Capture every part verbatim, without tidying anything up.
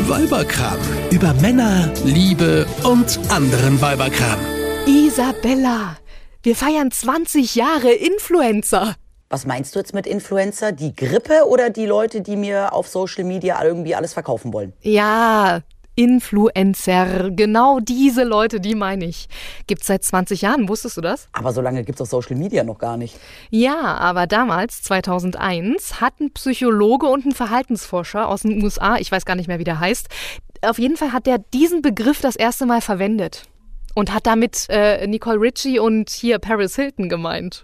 Weiberkram. Über Männer, Liebe und anderen Weiberkram. Isabella, wir feiern zwanzig Jahre Influencer. Was meinst du jetzt mit Influencer? Die Grippe oder die Leute, die mir auf Social Media irgendwie alles verkaufen wollen? Ja, Influencer, genau diese Leute, die meine ich. Gibt's seit zwanzig Jahren, wusstest du das? Aber so lange gibt's auf Social Media noch gar nicht. Ja, aber damals, zweitausendeins, hat ein Psychologe und ein Verhaltensforscher aus den U S A, ich weiß gar nicht mehr, wie der heißt, auf jeden Fall hat der diesen Begriff das erste Mal verwendet. Und hat damit äh, Nicole Richie und hier Paris Hilton gemeint.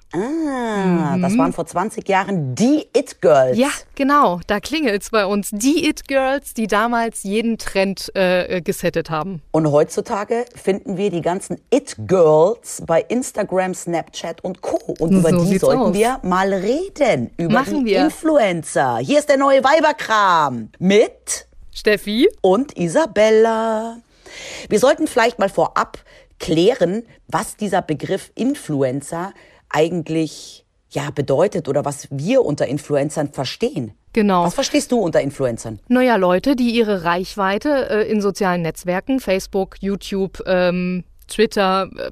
Ah, mhm. Das waren vor zwanzig Jahren die It-Girls. Ja, genau, da klingelt's bei uns. Die It-Girls, die damals jeden Trend äh, gesettet haben. Und heutzutage finden wir die ganzen It-Girls bei Instagram, Snapchat und Co. Und über So die sieht's sollten aus. wir mal reden. Über Machen die wir. Influencer. Hier ist der neue Weiberkram mit Steffi? und Isabella. Wir sollten vielleicht mal vorab klären, was dieser Begriff Influencer eigentlich ja, bedeutet oder was wir unter Influencern verstehen. Genau. Was verstehst du unter Influencern? Naja, Leute, die ihre Reichweite äh, in sozialen Netzwerken, Facebook, YouTube, ähm, Twitter, äh,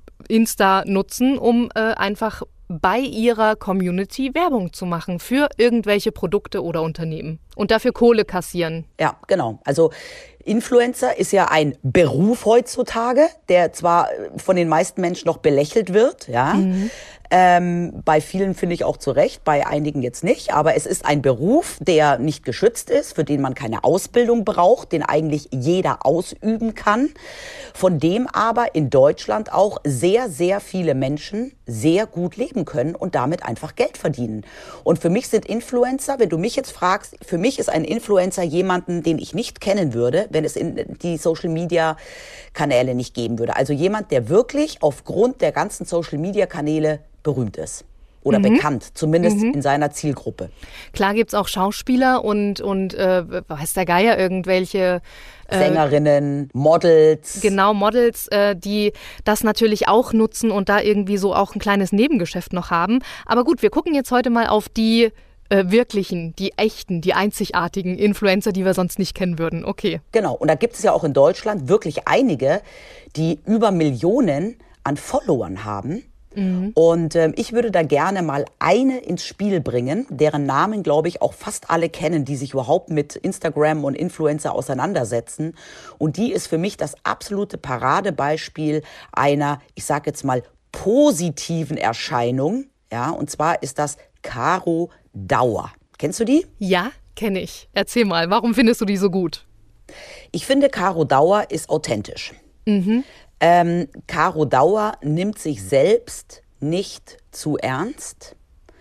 Insta nutzen, um äh, einfach bei ihrer Community Werbung zu machen für irgendwelche Produkte oder Unternehmen und dafür Kohle kassieren. Ja, genau. Also Influencer ist ja ein Beruf heutzutage, der zwar von den meisten Menschen noch belächelt wird, ja. Mhm. Ähm, bei vielen finde ich auch zu Recht, bei einigen jetzt nicht. Aber es ist ein Beruf, der nicht geschützt ist, für den man keine Ausbildung braucht, den eigentlich jeder ausüben kann, von dem aber in Deutschland auch sehr, sehr viele Menschen sehr gut leben können und damit einfach Geld verdienen. Und für mich sind Influencer, wenn du mich jetzt fragst, für mich ist ein Influencer jemanden, den ich nicht kennen würde, wenn es in die Social-Media-Kanäle nicht geben würde. Also jemand, der wirklich aufgrund der ganzen Social-Media-Kanäle berühmt ist. Oder mhm. bekannt, zumindest mhm. in seiner Zielgruppe. Klar gibt's auch Schauspieler und, und äh, weiß der Geier, irgendwelche äh, Sängerinnen, Models. Genau, Models, äh, die das natürlich auch nutzen und da irgendwie so auch ein kleines Nebengeschäft noch haben. Aber gut, wir gucken jetzt heute mal auf die äh, wirklichen, die echten, die einzigartigen Influencer, die wir sonst nicht kennen würden. Okay. Genau, und da gibt es ja auch in Deutschland wirklich einige, die über Millionen an Followern haben. Mhm. Und ähm, ich würde da gerne mal eine ins Spiel bringen, deren Namen, glaube ich, auch fast alle kennen, die sich überhaupt mit Instagram und Influencer auseinandersetzen. Und die ist für mich das absolute Paradebeispiel einer, ich sage jetzt mal, positiven Erscheinung. Ja, und zwar ist das Caro Dauer. Kennst du die? Ja, kenne ich. Erzähl mal, warum findest du die so gut? Ich finde, Caro Dauer ist authentisch. Mhm. Ähm, Caro Dauer nimmt sich selbst nicht zu ernst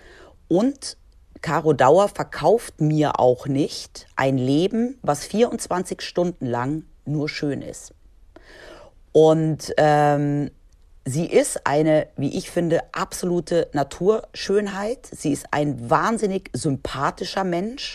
und Caro Dauer verkauft mir auch nicht ein Leben, was vierundzwanzig Stunden lang nur schön ist. Und ähm, sie ist eine, wie ich finde, absolute Naturschönheit. Sie ist ein wahnsinnig sympathischer Mensch.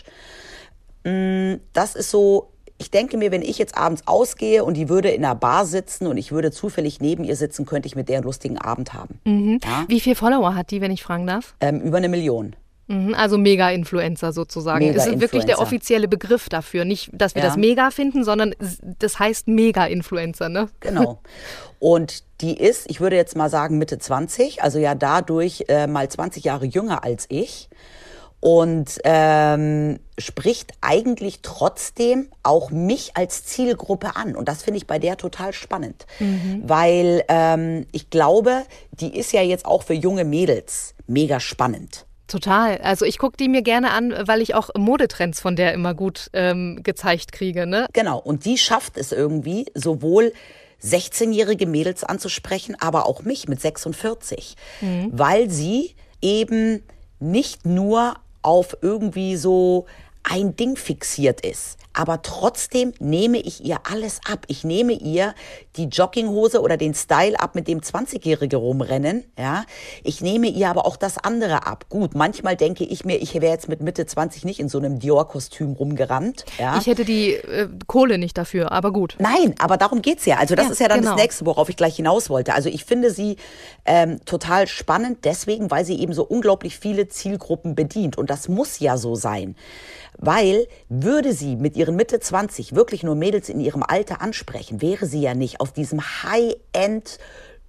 Das ist so... Ich denke mir, wenn ich jetzt abends ausgehe und die würde in einer Bar sitzen und ich würde zufällig neben ihr sitzen, könnte ich mit der einen lustigen Abend haben. Mhm. Ja? Wie viele Follower hat die, wenn ich fragen darf? Ähm, über eine Million. Mhm, also Mega-Influencer sozusagen. Mega es ist wirklich der offizielle Begriff dafür. Nicht, dass wir ja. das Mega finden, sondern das heißt Mega-Influencer, ne? Genau. Und die ist, ich würde jetzt mal sagen, Mitte zwanzig, also ja dadurch äh, mal zwanzig Jahre jünger als ich. Und ähm, spricht eigentlich trotzdem auch mich als Zielgruppe an. Und das finde ich bei der total spannend. Mhm. Weil ähm, ich glaube, die ist ja jetzt auch für junge Mädels mega spannend. Total. Also ich gucke die mir gerne an, weil ich auch Modetrends von der immer gut ähm, gezeigt kriege, ne? Genau. Und die schafft es irgendwie, sowohl sechzehnjährige Mädels anzusprechen, aber auch mich mit sechsundvierzig. Mhm. Weil sie eben nicht nur auf irgendwie so ein Ding fixiert ist. Aber trotzdem nehme ich ihr alles ab. Ich nehme ihr die Jogginghose oder den Style ab, mit dem zwanzigjährige rumrennen. Ja? Ich nehme ihr aber auch das andere ab. Gut, manchmal denke ich mir, ich wäre jetzt mit Mitte zwanzig nicht in so einem Dior-Kostüm rumgerannt. Ja? Ich hätte die äh, Kohle nicht dafür, aber gut. Nein, aber darum geht's ja. Also das ja, ist ja dann genau. das Nächste, worauf ich gleich hinaus wollte. Also ich finde sie ähm, total spannend, deswegen, weil sie eben so unglaublich viele Zielgruppen bedient. Und das muss ja so sein. Weil würde sie mit ihren Mitte zwanzig wirklich nur Mädels in ihrem Alter ansprechen, wäre sie ja nicht auf diesem High-End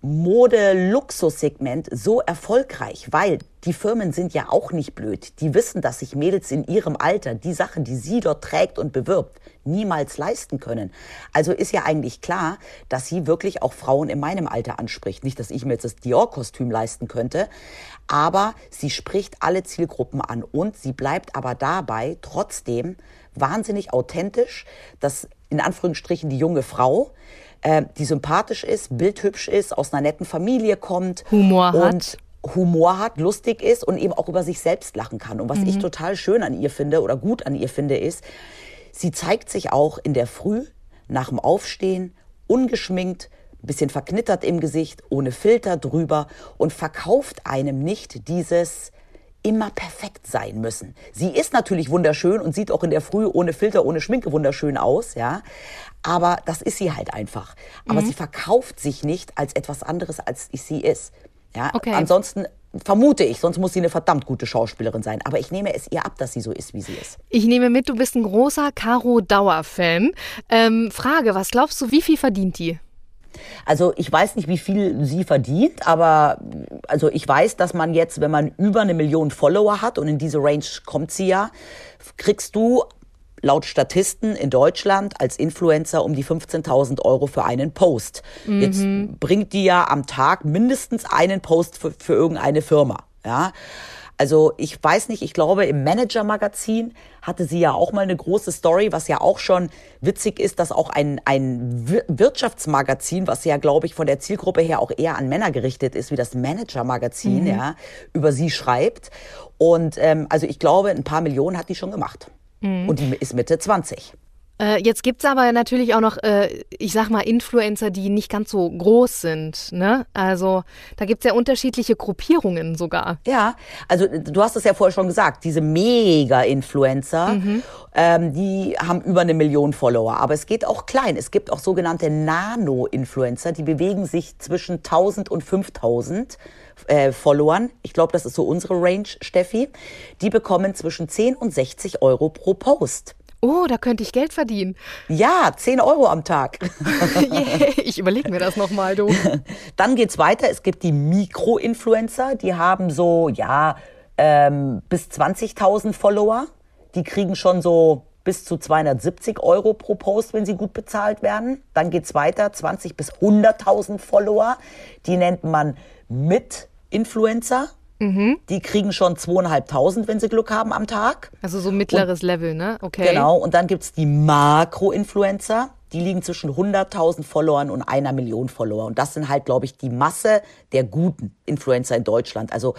Mode-Luxus-Segment so erfolgreich, weil die Firmen sind ja auch nicht blöd. Die wissen, dass sich Mädels in ihrem Alter die Sachen, die sie dort trägt und bewirbt, niemals leisten können. Also ist ja eigentlich klar, dass sie wirklich auch Frauen in meinem Alter anspricht. Nicht, dass ich mir jetzt das Dior-Kostüm leisten könnte, aber sie spricht alle Zielgruppen an und sie bleibt aber dabei trotzdem wahnsinnig authentisch, dass in Anführungsstrichen die junge Frau, äh, die sympathisch ist, bildhübsch ist, aus einer netten Familie kommt. Humor und hat. Humor hat, lustig ist und eben auch über sich selbst lachen kann. Und was mhm. ich total schön an ihr finde oder gut an ihr finde, ist, sie zeigt sich auch in der Früh, nach dem Aufstehen, ungeschminkt, ein bisschen verknittert im Gesicht, ohne Filter drüber und verkauft einem nicht dieses immer perfekt sein müssen. Sie ist natürlich wunderschön und sieht auch in der Früh ohne Filter, ohne Schminke wunderschön aus, ja. Aber das ist sie halt einfach. Aber mhm. sie verkauft sich nicht als etwas anderes, als sie ist. Ja, okay. Ansonsten vermute ich, sonst muss sie eine verdammt gute Schauspielerin sein. Aber ich nehme es ihr ab, dass sie so ist, wie sie ist. Ich nehme mit, du bist ein großer Caro Dauer-Fan. Ähm, Frage, was glaubst du, wie viel verdient die? Also ich weiß nicht, wie viel sie verdient, aber also ich weiß, dass man jetzt, wenn man über eine Million Follower hat und in diese Range kommt sie ja, kriegst du laut Statisten in Deutschland als Influencer um die fünfzehntausend Euro für einen Post. Mhm. Jetzt bringt die ja am Tag mindestens einen Post für, für irgendeine Firma. Ja? Also ich weiß nicht, ich glaube im Manager-Magazin hatte sie ja auch mal eine große Story, was ja auch schon witzig ist, dass auch ein, ein Wirtschaftsmagazin, was ja glaube ich von der Zielgruppe her auch eher an Männer gerichtet ist, wie das Manager-Magazin, mhm. ja, über sie schreibt. Und ähm, also ich glaube, ein paar Millionen hat die schon gemacht. Mhm. Und die ist Mitte zwanzig. Äh, jetzt gibt es aber natürlich auch noch, äh, ich sag mal, Influencer, die nicht ganz so groß sind, ne? Also da gibt es ja unterschiedliche Gruppierungen sogar. Ja, also du hast es ja vorher schon gesagt, diese Mega-Influencer, mhm. ähm, die haben über eine Million Follower. Aber es geht auch klein. Es gibt auch sogenannte Nano-Influencer, die bewegen sich zwischen tausend und fünftausend äh, Followern. Ich glaube, das ist so unsere Range, Steffi. Die bekommen zwischen zehn und sechzig Euro pro Post. Oh, da könnte ich Geld verdienen. Ja, zehn Euro am Tag. Yeah, ich überlege mir das nochmal, du. Dann geht's weiter. Es gibt die Mikro-Influencer, die haben so, ja, ähm, bis zwanzigtausend Follower. Die kriegen schon so bis zu zweihundertsiebzig Euro pro Post, wenn sie gut bezahlt werden. Dann geht's weiter, zwanzig bis hunderttausend Follower. Die nennt man Mit-Influencer. Mhm. Die kriegen schon zweieinhalbtausend, wenn sie Glück haben am Tag. Also so mittleres und, Level, ne? Okay. Genau, und dann gibt's die Makro-Influencer. Die liegen zwischen hunderttausend Followern und einer Million Follower. Und das sind halt, glaube ich, die Masse der guten Influencer in Deutschland. Also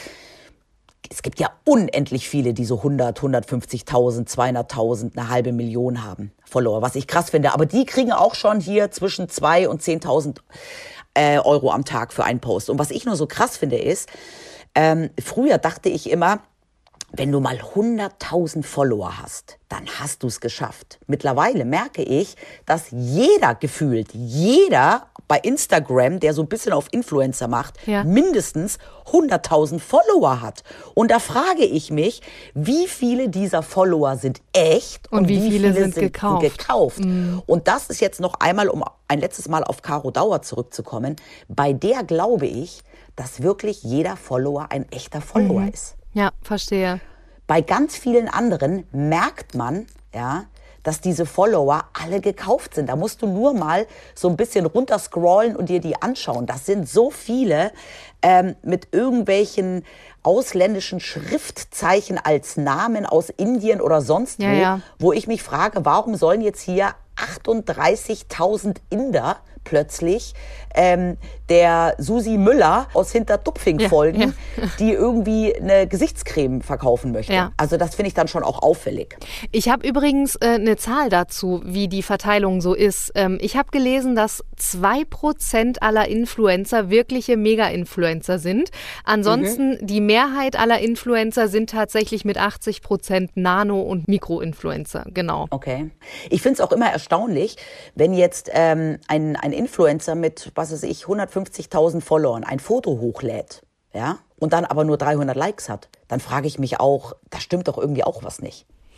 es gibt ja unendlich viele, die so hundert, hundertfünfzigtausend, zweihunderttausend, eine halbe Million haben Follower, was ich krass finde. Aber die kriegen auch schon hier zwischen zweitausend und zehntausend äh, Euro am Tag für einen Post. Und was ich nur so krass finde ist, Ähm, früher dachte ich immer, wenn du mal hunderttausend Follower hast, dann hast du es geschafft. Mittlerweile merke ich, dass jeder gefühlt, jeder bei Instagram, der so ein bisschen auf Influencer macht, ja. mindestens hunderttausend Follower hat. Und da frage ich mich, wie viele dieser Follower sind echt und, und wie, wie viele, viele sind, sind gekauft. gekauft. Mhm. Und das ist jetzt noch einmal, um ein letztes Mal auf Caro Dauer zurückzukommen. Bei der glaube ich, dass wirklich jeder Follower ein echter Follower mhm. ist. Ja, verstehe. Bei ganz vielen anderen merkt man, ja, dass diese Follower alle gekauft sind. Da musst du nur mal so ein bisschen runterscrollen und dir die anschauen. Das sind so viele ähm, mit irgendwelchen ausländischen Schriftzeichen als Namen aus Indien oder sonst ja, wo, ja. wo ich mich frage, warum sollen jetzt hier achtunddreißigtausend Inder plötzlich ähm, der Susi Müller aus Hintertupfing ja, folgen, ja. die irgendwie eine Gesichtscreme verkaufen möchte. Ja. Also das finde ich dann schon auch auffällig. Ich habe übrigens äh, eine Zahl dazu, wie die Verteilung so ist. Ähm, ich habe gelesen, dass zwei Prozent aller Influencer wirkliche Mega-Influencer sind. Ansonsten mhm. die Mehrheit aller Influencer sind tatsächlich mit achtzig Prozent Nano- und Mikro-Influencer. Genau. Okay. Ich finde es auch immer erstaunlich, wenn jetzt ähm, ein, ein Influencer mit, was weiß ich, hundertfünfzigtausend Followern ein Foto hochlädt, ja, und dann aber nur dreihundert Likes hat, dann frage ich mich auch, da stimmt doch irgendwie auch was nicht.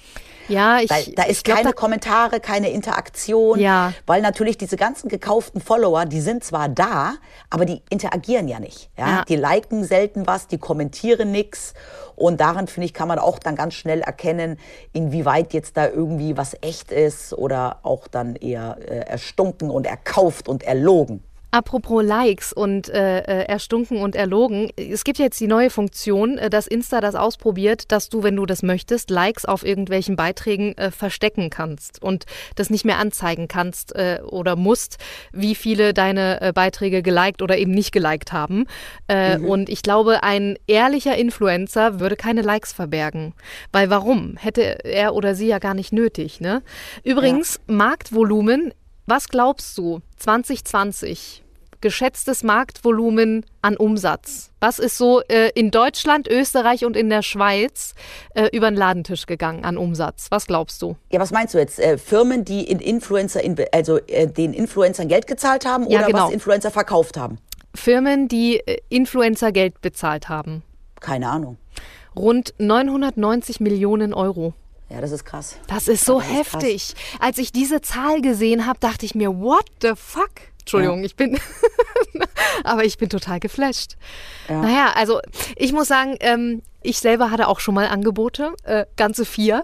Ja, ich, da, da ist ich glaub, keine da, Kommentare, keine Interaktion, ja. weil natürlich diese ganzen gekauften Follower, die sind zwar da, aber die interagieren ja nicht. Ja? Ja. Die liken selten was, die kommentieren nichts. Und daran, finde ich, kann man auch dann ganz schnell erkennen, inwieweit jetzt da irgendwie was echt ist oder auch dann eher äh, erstunken und erkauft und erlogen. Apropos Likes und äh, erstunken und erlogen. Es gibt jetzt die neue Funktion, dass Insta das ausprobiert, dass du, wenn du das möchtest, Likes auf irgendwelchen Beiträgen äh, verstecken kannst und das nicht mehr anzeigen kannst äh, oder musst, wie viele deine äh, Beiträge geliked oder eben nicht geliked haben. Äh, mhm. Und ich glaube, ein ehrlicher Influencer würde keine Likes verbergen. Weil warum? Hätte er oder sie ja gar nicht nötig, ne? Übrigens, ja. Marktvolumen. Was glaubst du, zwanzig zwanzig, geschätztes Marktvolumen an Umsatz? Was ist so äh, in Deutschland, Österreich und in der Schweiz äh, über den Ladentisch gegangen an Umsatz? Was glaubst du? Ja, was meinst du jetzt? Äh, Firmen, die in Influencer, in, also äh, den Influencern Geld gezahlt haben oder ja, genau. was Influencer verkauft haben? Firmen, die äh, Influencer Geld bezahlt haben. Keine Ahnung. Rund neunhundertneunzig Millionen Euro. Ja, das ist krass. Das ist so ja, das heftig. Ist Als ich diese Zahl gesehen habe, dachte ich mir, what the fuck? Entschuldigung, ja. ich bin, aber ich bin total geflasht. Ja. Naja, also ich muss sagen, ähm, ich selber hatte auch schon mal Angebote, äh, ganze vier.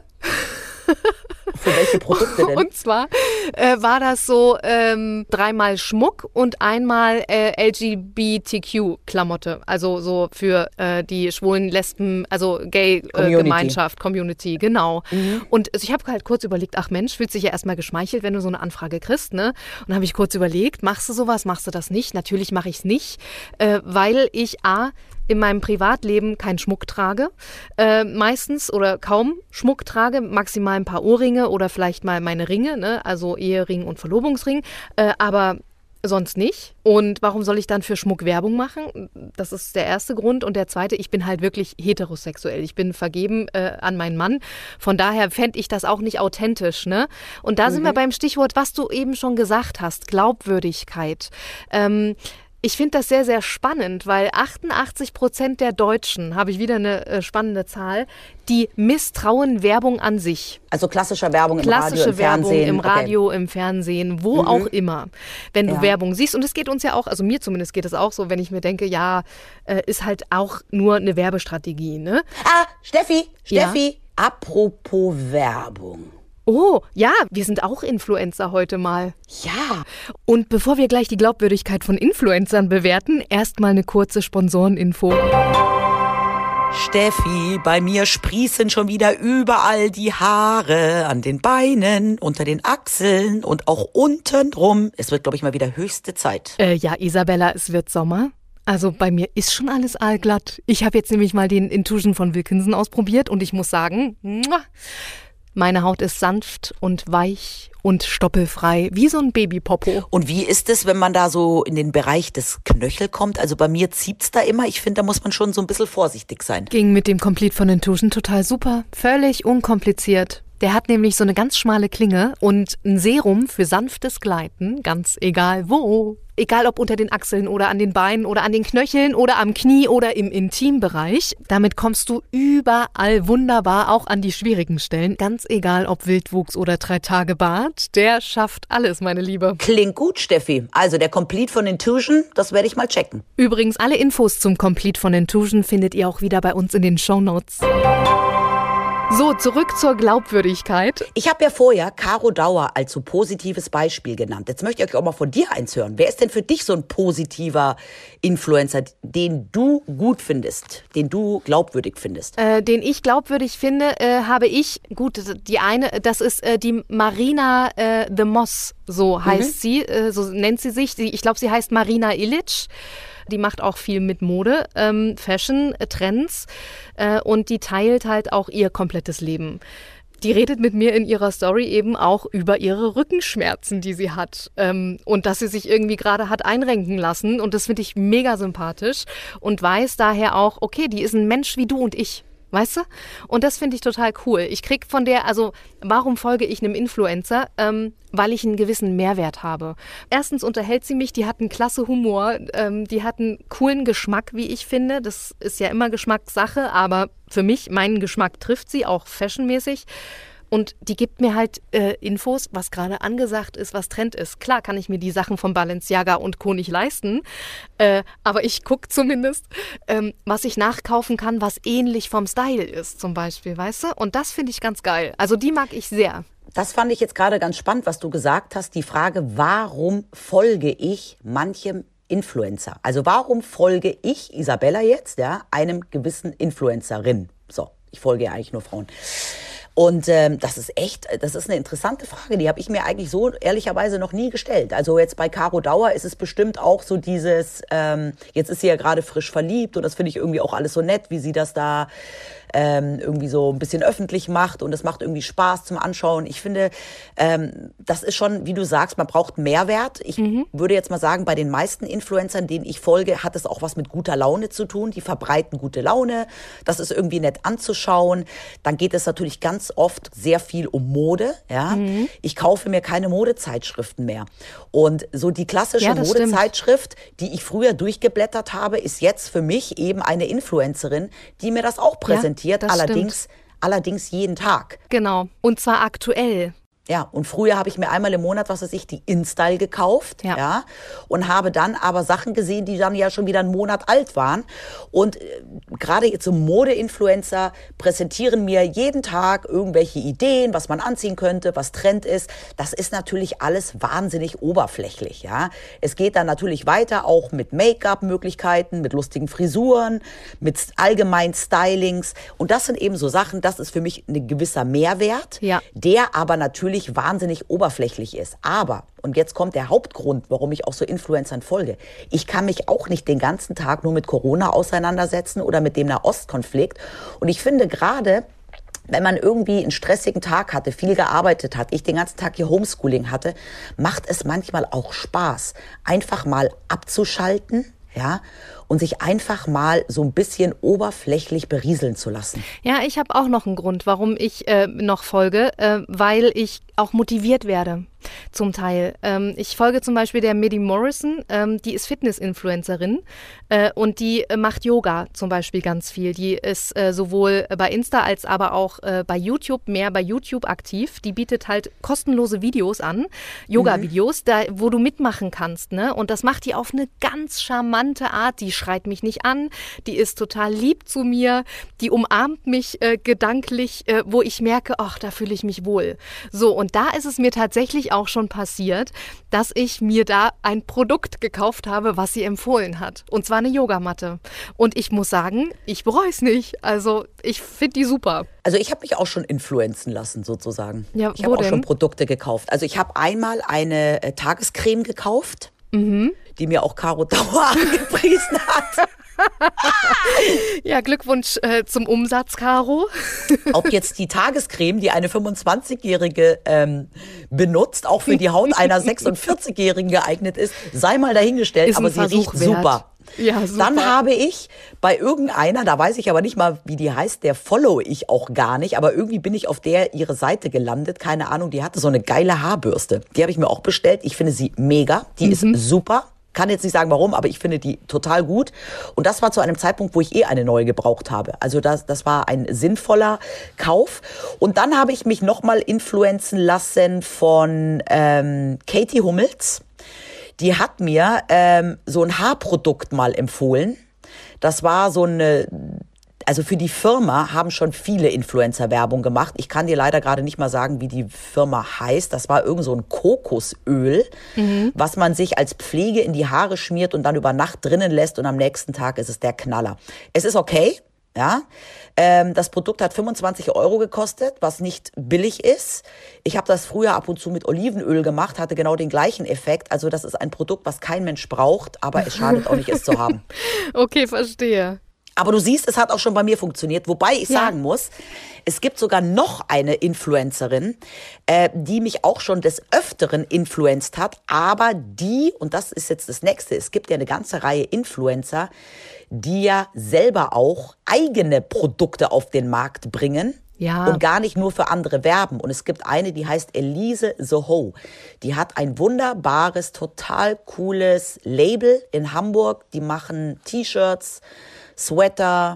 Für welche Produkte denn? Und zwar äh, war das so ähm, dreimal Schmuck und einmal äh, L G B T Q-Klamotte. Also so für äh, die schwulen, Lesben, also Gay-Gemeinschaft, äh, Community, genau. Mhm. Und also ich habe halt kurz überlegt, ach Mensch, fühlt sich ja erstmal geschmeichelt, wenn du so eine Anfrage kriegst, ne? Und dann habe ich kurz überlegt, machst du sowas, machst du das nicht? Natürlich mache ich es nicht, äh, weil ich A, in meinem Privatleben keinen Schmuck trage, äh, meistens oder kaum Schmuck trage, maximal ein paar Ohrringe oder vielleicht mal meine Ringe, ne? Also Ehering und Verlobungsring, äh, aber sonst nicht. Und warum soll ich dann für Schmuck Werbung machen? Das ist der erste Grund. Und der zweite, ich bin halt wirklich heterosexuell. Ich bin vergeben äh, an meinen Mann. Von daher fände ich das auch nicht authentisch, ne? Und da mhm. sind wir beim Stichwort, was du eben schon gesagt hast, Glaubwürdigkeit. Ähm, Ich finde das sehr, sehr spannend, weil achtundachtzig Prozent der Deutschen, habe ich wieder eine äh, spannende Zahl, die misstrauen Werbung an sich. Also klassische Werbung im Klassische Radio, im Werbung Fernsehen. im Radio, okay. im Fernsehen, wo mhm. auch immer. Wenn du ja. Werbung siehst, und es geht uns ja auch, also mir zumindest geht es auch so, wenn ich mir denke, ja, äh, ist halt auch nur eine Werbestrategie, ne? Ah, Steffi, Steffi, ja? Apropos Werbung. Oh, ja, wir sind auch Influencer heute mal. Ja. Und bevor wir gleich die Glaubwürdigkeit von Influencern bewerten, erstmal eine kurze Sponsoreninfo. Steffi, bei mir sprießen schon wieder überall die Haare an den Beinen, unter den Achseln und auch unten drum. Es wird, glaube ich, mal wieder höchste Zeit. Äh, ja, Isabella, es wird Sommer. Also bei mir ist schon alles aalglatt. Ich habe jetzt nämlich mal den Intuition von Wilkinson ausprobiert und ich muss sagen, muah, meine Haut ist sanft und weich und stoppelfrei, wie so ein Babypopo. Und wie ist es, wenn man da so in den Bereich des Knöchel kommt? Also bei mir zieht's da immer. Ich finde, da muss man schon so ein bisschen vorsichtig sein. Ging mit dem Complete von Intuition total super. Völlig unkompliziert. Der hat nämlich so eine ganz schmale Klinge und ein Serum für sanftes Gleiten, ganz egal wo. Egal ob unter den Achseln oder an den Beinen oder an den Knöcheln oder am Knie oder im Intimbereich. Damit kommst du überall wunderbar, auch an die schwierigen Stellen. Ganz egal ob Wildwuchs oder drei Tage Bart. Der schafft alles, meine Liebe. Klingt gut, Steffi. Also der Complete von Intuition, das werde ich mal checken. Übrigens, alle Infos zum Complete von Intuition findet ihr auch wieder bei uns in den Shownotes. So, zurück zur Glaubwürdigkeit. Ich habe ja vorher Caro Dauer als so positives Beispiel genannt. Jetzt möchte ich euch auch mal von dir eins hören. Wer ist denn für dich so ein positiver Influencer, den du gut findest, den du glaubwürdig findest? Äh, den ich glaubwürdig finde, äh, habe ich, gut, die eine, das ist äh, die Marina äh, The Moss, so heißt mhm. sie, äh, so nennt sie sich. Ich glaube, sie heißt Marina Ilic. Die macht auch viel mit Mode, ähm, Fashion, äh, Trends äh, und die teilt halt auch ihr komplettes Leben. Die redet mit mir in ihrer Story eben auch über ihre Rückenschmerzen, die sie hat ähm, und dass sie sich irgendwie gerade hat einrenken lassen und das finde ich mega sympathisch und weiß daher auch, okay, die ist ein Mensch wie du und ich. Weißt du? Und das finde ich total cool. Ich krieg von der, also warum folge ich einem Influencer? Ähm, weil ich einen gewissen Mehrwert habe. Erstens unterhält sie mich, die hat einen klasse Humor, ähm, die hat einen coolen Geschmack, wie ich finde. Das ist ja immer Geschmackssache, aber für mich, meinen Geschmack trifft sie, auch fashionmäßig. und die gibt mir halt äh, Infos, was gerade angesagt ist, was Trend ist. Klar kann ich mir die Sachen von Balenciaga und Co. nicht leisten, äh, aber ich gucke zumindest, ähm, was ich nachkaufen kann, was ähnlich vom Style ist zum Beispiel, weißt du? Und das finde ich ganz geil. Also die mag ich sehr. Das fand ich jetzt gerade ganz spannend, was du gesagt hast. Die Frage, warum folge ich manchem Influencer? Also warum folge ich, Isabella jetzt, ja, einem gewissen Influencerin? So, ich folge ja eigentlich nur Frauen. Und ähm, das ist echt, das ist eine interessante Frage, die habe ich mir eigentlich so ehrlicherweise noch nie gestellt. Also jetzt bei Caro Dauer ist es bestimmt auch so dieses, ähm, jetzt ist sie ja gerade frisch verliebt und das finde ich irgendwie auch alles so nett, wie sie das da ähm, irgendwie so ein bisschen öffentlich macht und das macht irgendwie Spaß zum Anschauen. Ich finde, ähm, das ist schon, wie du sagst, man braucht Mehrwert. Ich mhm. würde jetzt mal sagen, bei den meisten Influencern, denen ich folge, hat es auch was mit guter Laune zu tun. Die verbreiten gute Laune, das ist irgendwie nett anzuschauen. Dann geht es natürlich ganz oft sehr viel um Mode. Ja? Mhm. Ich kaufe mir keine Modezeitschriften mehr. Und so die klassische ja, Modezeitschrift, stimmt. die ich früher durchgeblättert habe, ist jetzt für mich eben eine Influencerin, die mir das auch präsentiert. Ja, allerdings, allerdings jeden Tag. Genau, und zwar aktuell. Ja, und früher habe ich mir einmal im Monat, was weiß ich, die InStyle gekauft, ja. ja, und habe dann aber Sachen gesehen, die dann ja schon wieder einen Monat alt waren. Und äh, gerade jetzt so Mode-Influencer präsentieren mir jeden Tag irgendwelche Ideen, was man anziehen könnte, was Trend ist. Das ist natürlich alles wahnsinnig oberflächlich, ja. Es geht dann natürlich weiter, auch mit Make-up-Möglichkeiten, mit lustigen Frisuren, mit allgemeinen Stylings. Und das sind eben so Sachen, das ist für mich ein gewisser Mehrwert, ja. der aber natürlich wahnsinnig oberflächlich ist. Aber, und jetzt kommt der Hauptgrund, warum ich auch so Influencern folge. Ich kann mich auch nicht den ganzen Tag nur mit Corona auseinandersetzen oder mit dem Nahostkonflikt. Und ich finde gerade, wenn man irgendwie einen stressigen Tag hatte, viel gearbeitet hat, ich den ganzen Tag hier Homeschooling hatte, macht es manchmal auch Spaß, einfach mal abzuschalten, ja, und sich einfach mal so ein bisschen oberflächlich berieseln zu lassen. Ja, ich habe auch noch einen Grund, warum ich äh, noch folge, äh, weil ich auch motiviert werde. Zum Teil. Ähm, ich folge zum Beispiel der Midi Morrison, ähm, die ist Fitness-Influencerin äh, und die äh, macht Yoga zum Beispiel ganz viel. Die ist äh, sowohl bei Insta als aber auch äh, bei YouTube, mehr bei YouTube aktiv. Die bietet halt kostenlose Videos an, Yoga-Videos, mhm. da, wo du mitmachen kannst. Ne? Und das macht die auf eine ganz charmante Art. Die schreit mich nicht an, die ist total lieb zu mir, die umarmt mich äh, gedanklich, äh, wo ich merke, ach, da fühle ich mich wohl. So, und da ist es mir tatsächlich auch schon passiert, dass ich mir da ein Produkt gekauft habe, was sie empfohlen hat. Und zwar eine Yogamatte. Und ich muss sagen, ich bereue es nicht. Also ich finde die super. Also ich habe mich auch schon influenzen lassen sozusagen. Ja, ich habe auch denn? schon Produkte gekauft. Also ich habe einmal eine äh, Tagescreme gekauft, mhm. die mir auch Caro Dauer angepriesen hat. Ja, Glückwunsch äh, zum Umsatz, Caro. Ob jetzt die Tagescreme, die eine fünfundzwanzigjährige ähm, benutzt, auch für die Haut einer sechsundvierzigjährigen geeignet ist, sei mal dahingestellt, ist aber sie Versuch riecht wert. super. Ja, super. Dann habe ich bei irgendeiner, da weiß ich aber nicht mal, wie die heißt, der follow ich auch gar nicht, aber irgendwie bin ich auf der ihre Seite gelandet, keine Ahnung, die hatte so eine geile Haarbürste. Die habe ich mir auch bestellt, ich finde sie mega, die mhm. ist super. Kann jetzt nicht sagen, warum, aber ich finde die total gut. Und das war zu einem Zeitpunkt, wo ich eh eine neue gebraucht habe. Also das, das war ein sinnvoller Kauf. Und dann habe ich mich nochmal influenzen lassen von ähm, Katie Hummels. Die hat mir ähm, so ein Haarprodukt mal empfohlen. Das war so eine... Also für die Firma haben schon viele Influencer Werbung gemacht. Ich kann dir leider gerade nicht mal sagen, wie die Firma heißt. Das war irgend so ein Kokosöl, mhm. was man sich als Pflege in die Haare schmiert und dann über Nacht drinnen lässt und am nächsten Tag ist es der Knaller. Es ist okay, ja. Ähm, das Produkt hat fünfundzwanzig Euro gekostet, was nicht billig ist. Ich habe das früher ab und zu mit Olivenöl gemacht, hatte genau den gleichen Effekt. Also das ist ein Produkt, was kein Mensch braucht, aber es schadet auch nicht, es zu haben. Okay, verstehe. Aber du siehst, es hat auch schon bei mir funktioniert. Wobei ich ja. sagen muss, es gibt sogar noch eine Influencerin, äh, die mich auch schon des Öfteren influenzt hat. Aber die, und das ist jetzt das Nächste, es gibt ja eine ganze Reihe Influencer, die ja selber auch eigene Produkte auf den Markt bringen. Ja. Und gar nicht nur für andere werben. Und es gibt eine, die heißt Elise Soho. Die hat ein wunderbares, total cooles Label in Hamburg. Die machen T-Shirts, Sweater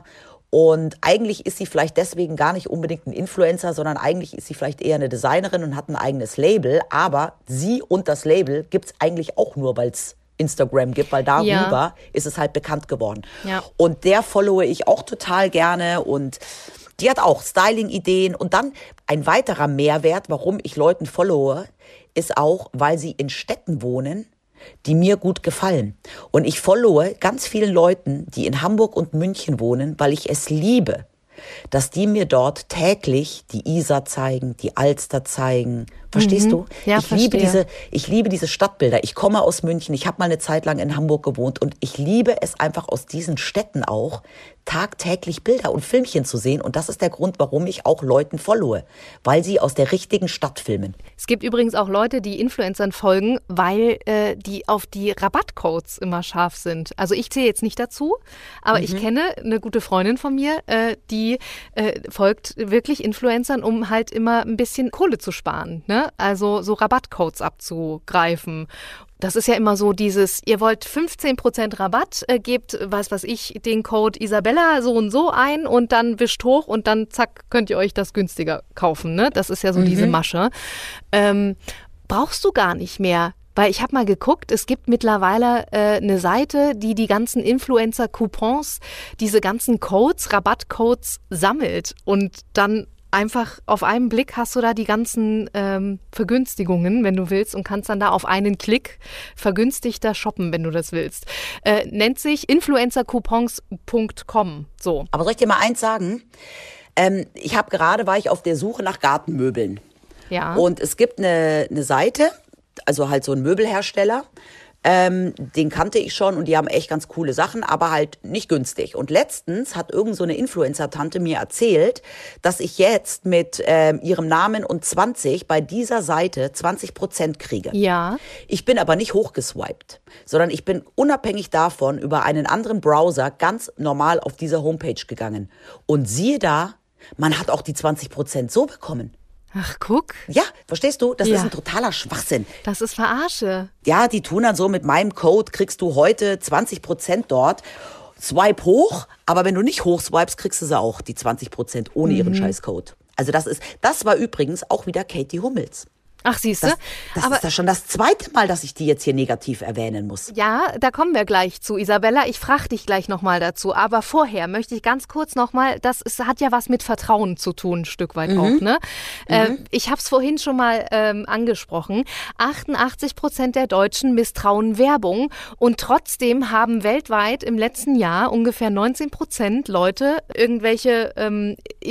Und eigentlich ist sie vielleicht deswegen gar nicht unbedingt ein Influencer, sondern eigentlich ist sie vielleicht eher eine Designerin und hat ein eigenes Label. Aber sie und das Label gibt's eigentlich auch nur, weil es Instagram gibt, weil darüber ja. ist es halt bekannt geworden. Ja. Und der followe ich auch total gerne und die hat auch Styling-Ideen. Und dann ein weiterer Mehrwert, warum ich Leuten followe, ist auch, weil sie in Städten wohnen, die mir gut gefallen. Und ich followe ganz vielen Leuten, die in Hamburg und München wohnen, weil ich es liebe, dass die mir dort täglich die Isar zeigen, die Alster zeigen. Verstehst mhm. du? Ja, ich verstehe. liebe diese, ich liebe diese Stadtbilder. Ich komme aus München. Ich habe mal eine Zeit lang in Hamburg gewohnt und ich liebe es einfach aus diesen Städten auch tagtäglich Bilder und Filmchen zu sehen. Und das ist der Grund, warum ich auch Leuten followe, weil sie aus der richtigen Stadt filmen. Es gibt übrigens auch Leute, die Influencern folgen, weil äh, die auf die Rabattcodes immer scharf sind. Also ich zähle jetzt nicht dazu, aber mhm. ich kenne eine gute Freundin von mir, äh, die äh, folgt wirklich Influencern, um halt immer ein bisschen Kohle zu sparen, ne? Also so Rabattcodes abzugreifen. Das ist ja immer so dieses, ihr wollt fünfzehn Prozent Rabatt, äh, gebt, was weiß ich, den Code Isabella so und so ein und dann wischt hoch und dann zack, könnt ihr euch das günstiger kaufen. Ne? Das ist ja so mhm. diese Masche. Ähm, brauchst du gar nicht mehr. Weil ich habe mal geguckt, es gibt mittlerweile äh, eine Seite, die die ganzen Influencer-Coupons, diese ganzen Codes, Rabattcodes sammelt und dann einfach auf einen Blick hast du da die ganzen ähm, Vergünstigungen, wenn du willst, und kannst dann da auf einen Klick vergünstigter shoppen, wenn du das willst. Äh, nennt sich influencer coupons punkt com. So. Aber soll ich dir mal eins sagen? Ähm, ich habe gerade, war ich auf der Suche nach Gartenmöbeln. Ja. Und es gibt eine, eine Seite, also halt so ein Möbelhersteller, Ähm, den kannte ich schon und die haben echt ganz coole Sachen, aber halt nicht günstig. Und letztens hat irgend so eine Influencer-Tante mir erzählt, dass ich jetzt mit ähm, ihrem Namen und zwanzig bei dieser Seite zwanzig Prozent kriege. Ja. Ich bin aber nicht hochgeswiped, sondern ich bin unabhängig davon über einen anderen Browser ganz normal auf diese Homepage gegangen. Und siehe da, man hat auch die zwanzig Prozent so bekommen. Ach, guck. Ja, verstehst du? Das ja. ist ein totaler Schwachsinn. Das ist Verarsche. Ja, die tun dann so, mit meinem Code kriegst du heute zwanzig Prozent dort. Swipe hoch, aber wenn du nicht hochswipest, kriegst du sie auch, die zwanzig Prozent ohne mhm. ihren Scheißcode. Also das ist, das war übrigens auch wieder Katie Hummels. Ach, siehst du? Das, das aber ist ja schon das zweite Mal, dass ich die jetzt hier negativ erwähnen muss. Ja, da kommen wir gleich zu, Isabella. Ich frage dich gleich nochmal dazu. Aber vorher möchte ich ganz kurz nochmal, das ist, hat ja was mit Vertrauen zu tun, ein Stück weit mhm. auch. Ne? Mhm. Äh, ich habe es vorhin schon mal ähm, angesprochen. achtundachtzig Prozent der Deutschen misstrauen Werbung. Und trotzdem haben weltweit im letzten Jahr ungefähr neunzehn Prozent Leute irgendwelche ähm,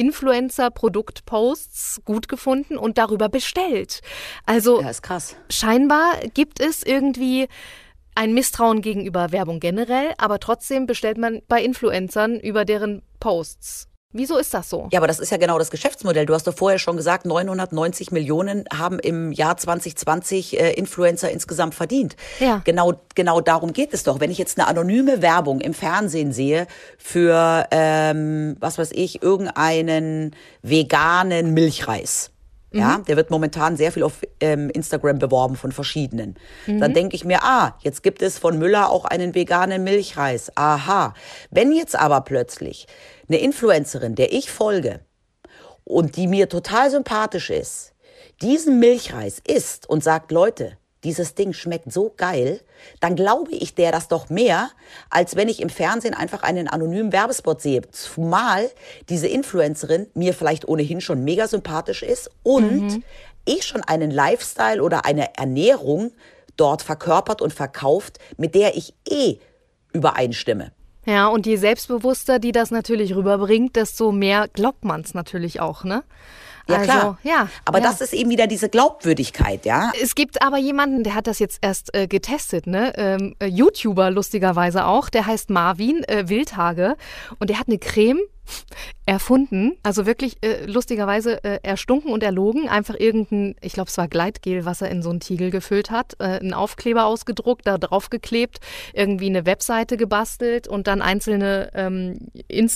Influencer-Produktposts gut gefunden und darüber bestellt. Also ja, ist krass. Scheinbar gibt es irgendwie ein Misstrauen gegenüber Werbung generell, aber trotzdem bestellt man bei Influencern über deren Posts. Wieso ist das so? Ja, aber das ist ja genau das Geschäftsmodell. Du hast doch vorher schon gesagt, neunhundertneunzig Millionen haben im Jahr zwanzig zwanzig äh, Influencer insgesamt verdient. Ja. Genau, genau darum geht es doch. Wenn ich jetzt eine anonyme Werbung im Fernsehen sehe für, ähm, was weiß ich, irgendeinen veganen Milchreis. Ja, der wird momentan sehr viel auf ähm, Instagram beworben von verschiedenen. Mhm. Dann denke ich mir, ah, jetzt gibt es von Müller auch einen veganen Milchreis. Aha. Wenn jetzt aber plötzlich eine Influencerin, der ich folge und die mir total sympathisch ist, diesen Milchreis isst und sagt, Leute, dieses Ding schmeckt so geil, dann glaube ich der das doch mehr, als wenn ich im Fernsehen einfach einen anonymen Werbespot sehe. Zumal diese Influencerin mir vielleicht ohnehin schon mega sympathisch ist und mhm. ich schon einen Lifestyle oder eine Ernährung dort verkörpert und verkauft, mit der ich eh übereinstimme. Ja, und je selbstbewusster die das natürlich rüberbringt, desto mehr glaubt man es natürlich auch, ne? Ja, also, klar. Ja, aber ja. das ist eben wieder diese Glaubwürdigkeit, ja. Es gibt aber jemanden, der hat das jetzt erst äh, getestet, ne? Ähm, äh, YouTuber lustigerweise auch. Der heißt Marvin äh, Wildhage und der hat eine Creme erfunden, also wirklich äh, lustigerweise äh, erstunken und erlogen, einfach irgendein, ich glaube es war Gleitgel, was er in so einen Tiegel gefüllt hat, äh, einen Aufkleber ausgedruckt, da drauf geklebt, irgendwie eine Webseite gebastelt und dann einzelne ähm,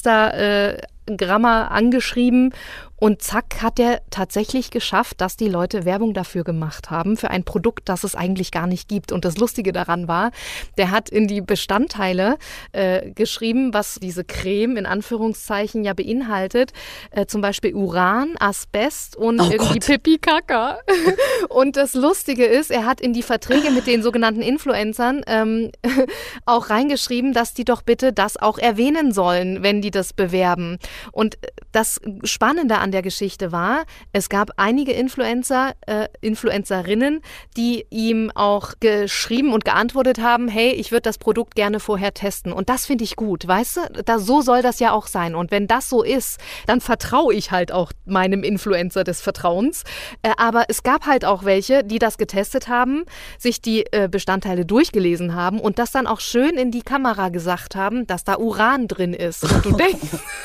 Instagrammer angeschrieben und zack hat er tatsächlich geschafft, dass die Leute Werbung dafür gemacht haben, für ein Produkt, das es eigentlich gar nicht gibt. Und das Lustige daran war, der hat in die Bestandteile äh, geschrieben, was diese Creme in Anführungszeichen Anführungszeichen ja beinhaltet, äh, zum Beispiel Uran, Asbest und Oh irgendwie Gott. Pipi Kaka. Und das Lustige ist, er hat in die Verträge mit den sogenannten Influencern ähm, auch reingeschrieben, dass die doch bitte das auch erwähnen sollen, wenn die das bewerben. Und das Spannende an der Geschichte war, es gab einige Influencer, äh, Influencerinnen, die ihm auch geschrieben und geantwortet haben, hey, ich würde das Produkt gerne vorher testen. Und das finde ich gut, weißt du? Da, so soll das ja auch sein. Und wenn das so ist, dann vertraue ich halt auch meinem Influencer des Vertrauens. Äh, aber es gab halt auch welche, die das getestet haben, sich die äh, Bestandteile durchgelesen haben und das dann auch schön in die Kamera gesagt haben, dass da Uran drin ist. Und du denkst,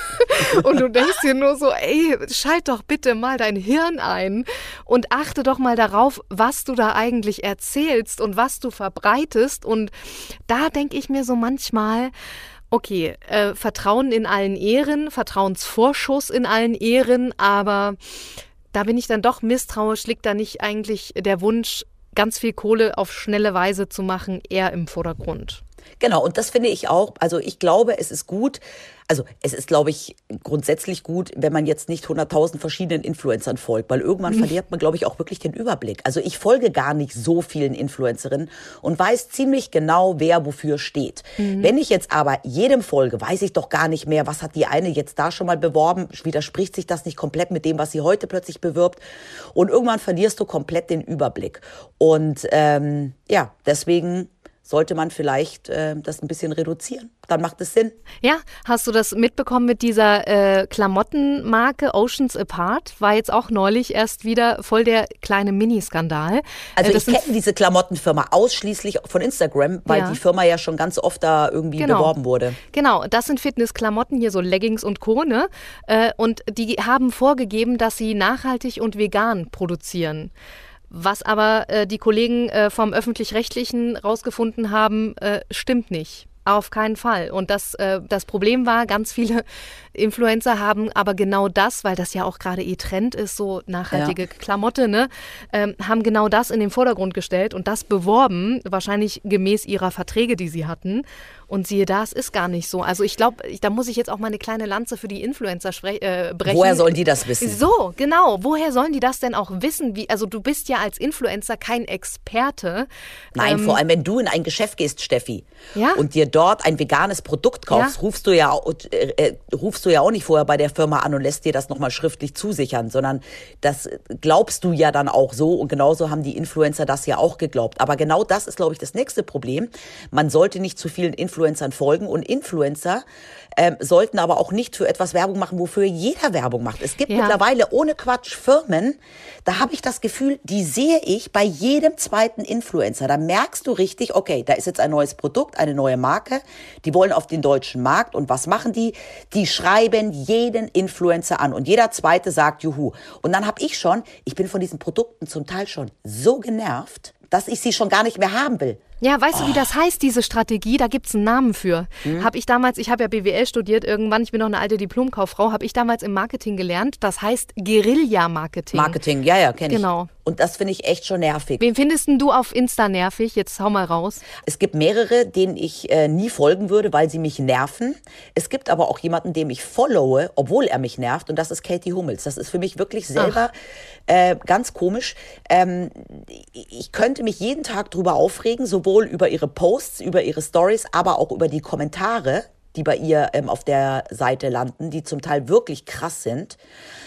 und du denkst dir nur so, ey, schalt doch bitte mal dein Hirn ein und achte doch mal darauf, was du da eigentlich erzählst und was du verbreitest. Und da denke ich mir so manchmal, okay, äh, Vertrauen in allen Ehren, Vertrauensvorschuss in allen Ehren, aber da bin ich dann doch misstrauisch, liegt da nicht eigentlich der Wunsch, ganz viel Kohle auf schnelle Weise zu machen, eher im Vordergrund. Genau, und das finde ich auch, also ich glaube, es ist gut, also es ist, glaube ich, grundsätzlich gut, wenn man jetzt nicht hunderttausend verschiedenen Influencern folgt, weil irgendwann mhm. verliert man, glaube ich, auch wirklich den Überblick. Also ich folge gar nicht so vielen Influencerinnen und weiß ziemlich genau, wer wofür steht. Mhm. Wenn ich jetzt aber jedem folge, weiß ich doch gar nicht mehr, was hat die eine jetzt da schon mal beworben, widerspricht sich das nicht komplett mit dem, was sie heute plötzlich bewirbt und irgendwann verlierst du komplett den Überblick. Und ähm, ja, deswegen sollte man vielleicht äh, das ein bisschen reduzieren. Dann macht es Sinn. Ja, hast du das mitbekommen mit dieser äh, Klamottenmarke Oceans Apart? War jetzt auch neulich erst wieder voll der kleine Mini-Skandal. Also äh, ich kenne diese Klamottenfirma ausschließlich von Instagram, weil ja. die Firma ja schon ganz oft da irgendwie genau. beworben wurde. Genau, das sind Fitnessklamotten, hier so Leggings und Co. Ne? Äh, und die haben vorgegeben, dass sie nachhaltig und vegan produzieren. Was aber äh, die Kollegen äh, vom Öffentlich-Rechtlichen rausgefunden haben, äh, stimmt nicht. Auf keinen Fall. Und das, äh, das Problem war, ganz viele Influencer haben aber genau das, weil das ja auch gerade eh Trend ist, so nachhaltige ja. Klamotte, ne, ähm, haben genau das in den Vordergrund gestellt und das beworben, wahrscheinlich gemäß ihrer Verträge, die sie hatten. Und siehe da, es ist gar nicht so. Also ich glaube, da muss ich jetzt auch mal eine kleine Lanze für die Influencer spre- äh, brechen. Woher sollen die das wissen? So, genau. Woher sollen die das denn auch wissen? Wie, also du bist ja als Influencer kein Experte. Nein, ähm, vor allem, wenn du in ein Geschäft gehst, Steffi, ja? und dir dort ein veganes Produkt kaufst, ja? rufst du ja äh, äh, rufst du ja auch nicht vorher bei der Firma an und lässt dir das nochmal schriftlich zusichern, sondern das glaubst du ja dann auch so und genauso haben die Influencer das ja auch geglaubt. Aber genau das ist, glaube ich, das nächste Problem. Man sollte nicht zu vielen Influencern folgen und Influencer ähm, sollten aber auch nicht für etwas Werbung machen, wofür jeder Werbung macht. Es gibt ja. mittlerweile ohne Quatsch Firmen, da habe ich das Gefühl, die sehe ich bei jedem zweiten Influencer. Da merkst du richtig, okay, da ist jetzt ein neues Produkt, eine neue Marke, die wollen auf den deutschen Markt und was machen die? Die schreiben jeden Influencer an und jeder zweite sagt Juhu. Und dann habe ich schon, ich bin von diesen Produkten zum Teil schon so genervt, dass ich sie schon gar nicht mehr haben will. Ja, weißt oh. du, wie das heißt, diese Strategie? Da gibt's einen Namen für. Hm. Habe ich damals, ich habe ja B W L studiert, irgendwann, ich bin noch eine alte Diplomkauffrau, habe ich damals im Marketing gelernt. Das heißt Guerilla-Marketing. Marketing, ja, ja, kenne ich. Genau. Und das finde ich echt schon nervig. Wen findest denn du auf Insta nervig? Jetzt hau mal raus. Es gibt mehrere, denen ich äh, nie folgen würde, weil sie mich nerven. Es gibt aber auch jemanden, dem ich followe, obwohl er mich nervt. Und das ist Katie Hummels. Das ist für mich wirklich selber äh, ganz komisch. Ähm, ich könnte mich jeden Tag drüber aufregen, sowohl über ihre Posts, über ihre Stories, aber auch über die Kommentare, die bei ihr ähm, auf der Seite landen, die zum Teil wirklich krass sind.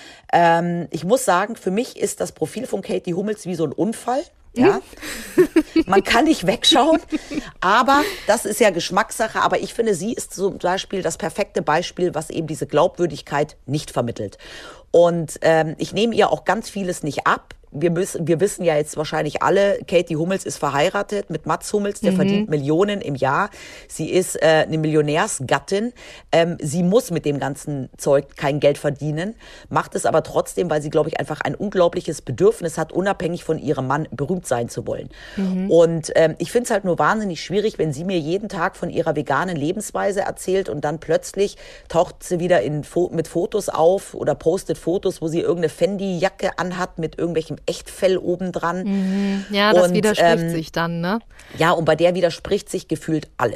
Ähm, ich muss sagen, für mich ist das Profil von Katie Hummels wie so ein Unfall. Ja, man kann nicht wegschauen, aber das ist ja Geschmackssache. Aber ich finde, sie ist zum Beispiel das perfekte Beispiel, was eben diese Glaubwürdigkeit nicht vermittelt. Und ähm, ich nehme ihr auch ganz vieles nicht ab. Wir, müssen, wir wissen ja jetzt wahrscheinlich alle, Katie Hummels ist verheiratet mit Mats Hummels, der mhm. verdient Millionen im Jahr. Sie ist äh, eine Millionärsgattin. Ähm, sie muss mit dem ganzen Zeug kein Geld verdienen, macht es aber trotzdem, weil sie, glaube ich, einfach ein unglaubliches Bedürfnis hat, unabhängig von ihrem Mann berühmt sein zu wollen. Mhm. Und ähm, ich finde es halt nur wahnsinnig schwierig, wenn sie mir jeden Tag von ihrer veganen Lebensweise erzählt und dann plötzlich taucht sie wieder in, mit Fotos auf oder postet Fotos, wo sie irgendeine Fendi-Jacke anhat mit irgendwelchem Echtfell obendran. Mhm. Ja, das und, widerspricht ähm, sich dann, ne? Ja, und bei der widerspricht sich gefühlt alles.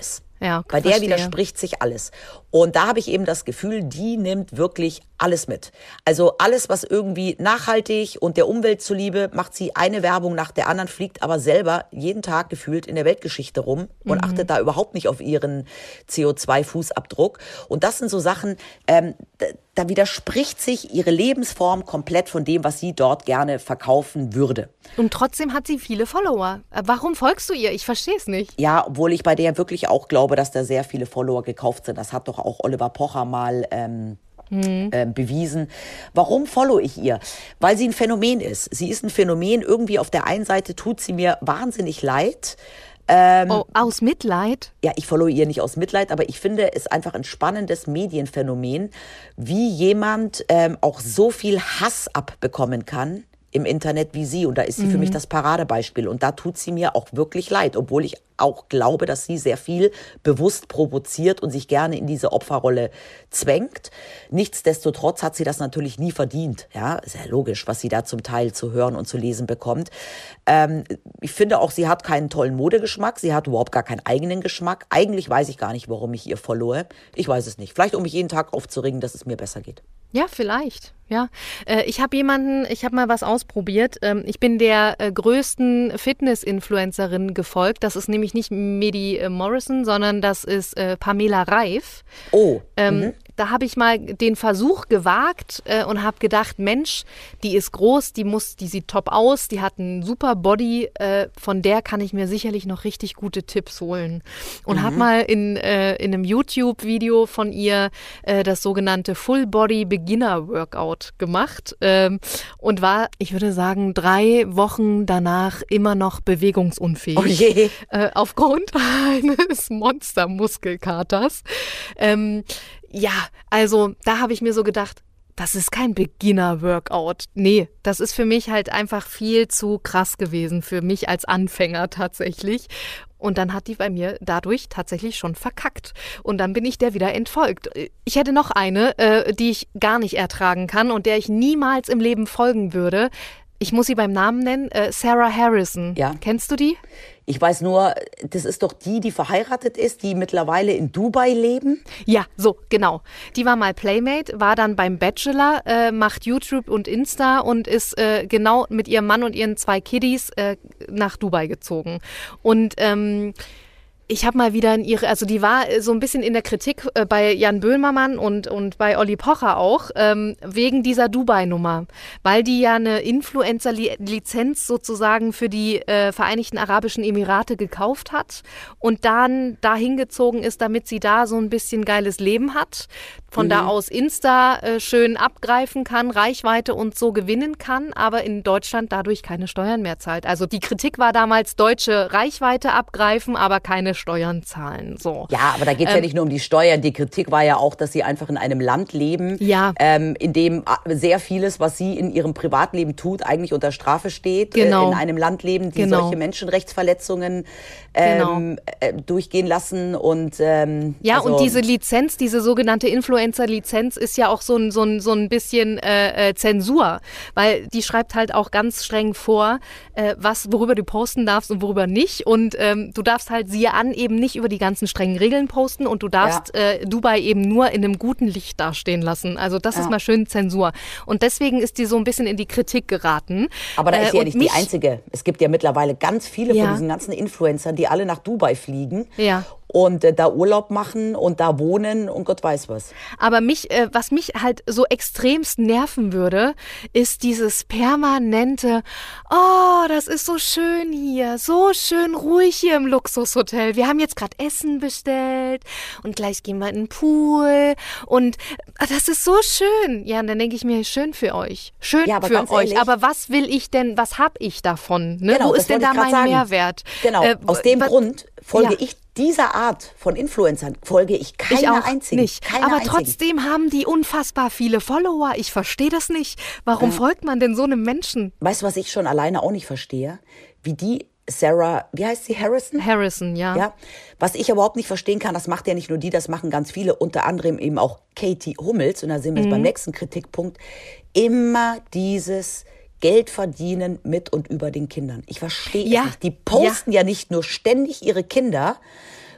ja, Bei der verstehe. widerspricht sich alles. Und da habe ich eben das Gefühl, die nimmt wirklich alles mit. Also alles, was irgendwie nachhaltig und der Umwelt zuliebe, macht sie eine Werbung nach der anderen, fliegt aber selber jeden Tag gefühlt in der Weltgeschichte rum und mhm. achtet da überhaupt nicht auf ihren C O zwei Fußabdruck. Und das sind so Sachen, ähm, da, da widerspricht sich ihre Lebensform komplett von dem, was sie dort gerne verkaufen würde. Und trotzdem hat sie viele Follower. Warum folgst du ihr? Ich verstehe es nicht. Ja, obwohl ich bei der wirklich auch glaube, dass da sehr viele Follower gekauft sind. Das hat doch auch Oliver Pocher mal ähm, hm. äh, bewiesen. Warum follow ich ihr? Weil sie ein Phänomen ist. Sie ist ein Phänomen. Irgendwie auf der einen Seite tut sie mir wahnsinnig leid. Ähm, oh, aus Mitleid? Ja, ich follow ihr nicht aus Mitleid, aber ich finde es einfach ein spannendes Medienphänomen, wie jemand ähm, auch so viel Hass abbekommen kann im Internet wie sie. Und da ist sie mhm. für mich das Paradebeispiel. Und da tut sie mir auch wirklich leid, obwohl ich auch glaube, dass sie sehr viel bewusst provoziert und sich gerne in diese Opferrolle zwängt. Nichtsdestotrotz hat sie das natürlich nie verdient. Ja, ist ja logisch, was sie da zum Teil zu hören und zu lesen bekommt. Ähm, ich finde auch, sie hat keinen tollen Modegeschmack. Sie hat überhaupt gar keinen eigenen Geschmack. Eigentlich weiß ich gar nicht, warum ich ihr followe. Ich weiß es nicht. Vielleicht, um mich jeden Tag aufzuregen, dass es mir besser geht. Ja, vielleicht. Ja, äh, ich habe jemanden, ich habe mal was ausprobiert. Ähm, ich bin der äh, größten Fitness-Influencerin gefolgt. Das ist nämlich nicht Medi äh, Morrison, sondern das ist äh, Pamela Reif. Oh. Ähm, mhm. Da habe ich mal den Versuch gewagt äh, und habe gedacht, Mensch, die ist groß, die muss, die sieht top aus, die hat einen super Body, äh, von der kann ich mir sicherlich noch richtig gute Tipps holen. Und mhm. habe mal in, äh, in einem YouTube-Video von ihr äh, das sogenannte Full Body Beginner Workout gemacht ähm, und war, ich würde sagen, drei Wochen danach immer noch bewegungsunfähig. Oh je. Äh, aufgrund eines Monstermuskelkaters. Ähm, Ja, also da habe ich mir so gedacht, das ist kein Beginner-Workout. Nee, das ist für mich halt einfach viel zu krass gewesen, für mich als Anfänger tatsächlich. Und dann hat die bei mir dadurch tatsächlich schon verkackt. Und dann bin ich der wieder entfolgt. Ich hätte noch eine, äh, die ich gar nicht ertragen kann und der ich niemals im Leben folgen würde. Ich muss sie beim Namen nennen, äh, Sarah Harrison. Ja. Kennst du die? Ich weiß nur, das ist doch die, die verheiratet ist, die mittlerweile in Dubai leben. Ja, so, genau. Die war mal Playmate, war dann beim Bachelor, äh, macht YouTube und Insta und ist äh, genau mit ihrem Mann und ihren zwei Kiddies äh, nach Dubai gezogen. Und ähm, ich habe mal wieder in ihre, also die war so ein bisschen in der Kritik äh, bei Jan Böhmermann und, und bei Olli Pocher auch, ähm, wegen dieser Dubai-Nummer, weil die ja eine Influencer-Lizenz sozusagen für die äh, Vereinigten Arabischen Emirate gekauft hat und dann dahin gezogen ist, damit sie da so ein bisschen geiles Leben hat, von mhm. da aus Insta äh, schön abgreifen kann, Reichweite und so gewinnen kann, aber in Deutschland dadurch keine Steuern mehr zahlt. Also die Kritik war damals deutsche Reichweite abgreifen, aber keine Steuern zahlen. So. Ja, aber da geht es ähm, ja nicht nur um die Steuern. Die Kritik war ja auch, dass sie einfach in einem Land leben, ja. ähm, in dem sehr vieles, was sie in ihrem Privatleben tut, eigentlich unter Strafe steht. Genau. Äh, in einem Land leben, die genau. solche Menschenrechtsverletzungen ähm, genau. äh, durchgehen lassen. Und, ähm, ja, also, und diese Lizenz, diese sogenannte Influencer-Lizenz ist ja auch so ein, so ein, so ein bisschen äh, äh, Zensur, weil die schreibt halt auch ganz streng vor, äh, was, worüber du posten darfst und worüber nicht. Und ähm, du darfst halt, siehe an, eben nicht über die ganzen strengen Regeln posten und du darfst ja. äh, Dubai eben nur in einem guten Licht dastehen lassen. Also das ja. ist mal schön Zensur. Und deswegen ist die so ein bisschen in die Kritik geraten. Aber da ist sie äh, ja nicht die einzige. Es gibt ja mittlerweile ganz viele ja. von diesen ganzen Influencern, die alle nach Dubai fliegen. Ja. Und äh, da Urlaub machen und da wohnen und Gott weiß was. Aber mich, äh, was mich halt so extremst nerven würde, ist dieses permanente, oh, das ist so schön hier, so schön ruhig hier im Luxushotel. Wir haben jetzt gerade Essen bestellt und gleich gehen wir in den Pool und äh, das ist so schön. Ja, und dann denke ich mir, schön für euch, schön ja, aber für euch. Ehrlich, aber was will ich denn, was hab ich davon? Ne? Genau, Wo ist denn da mein sagen. Mehrwert? Genau, äh, aus dem was, Grund folge ja. ich dieser Art von Influencern folge ich keiner ich auch einzigen. Nicht. Keiner Aber einzigen. trotzdem haben die unfassbar viele Follower. Ich verstehe das nicht. Warum ja. folgt man denn so einem Menschen? Weißt du, was ich schon alleine auch nicht verstehe? Wie die Sarah, wie heißt sie, Harrison? Harrison, ja. ja. Was ich überhaupt nicht verstehen kann, das macht ja nicht nur die, das machen ganz viele, unter anderem eben auch Katie Hummels. Und da sind wir mhm. jetzt beim nächsten Kritikpunkt. Immer dieses Geld verdienen mit und über den Kindern. Ich verstehe ja. es nicht. Die posten ja. ja nicht nur ständig ihre Kinder,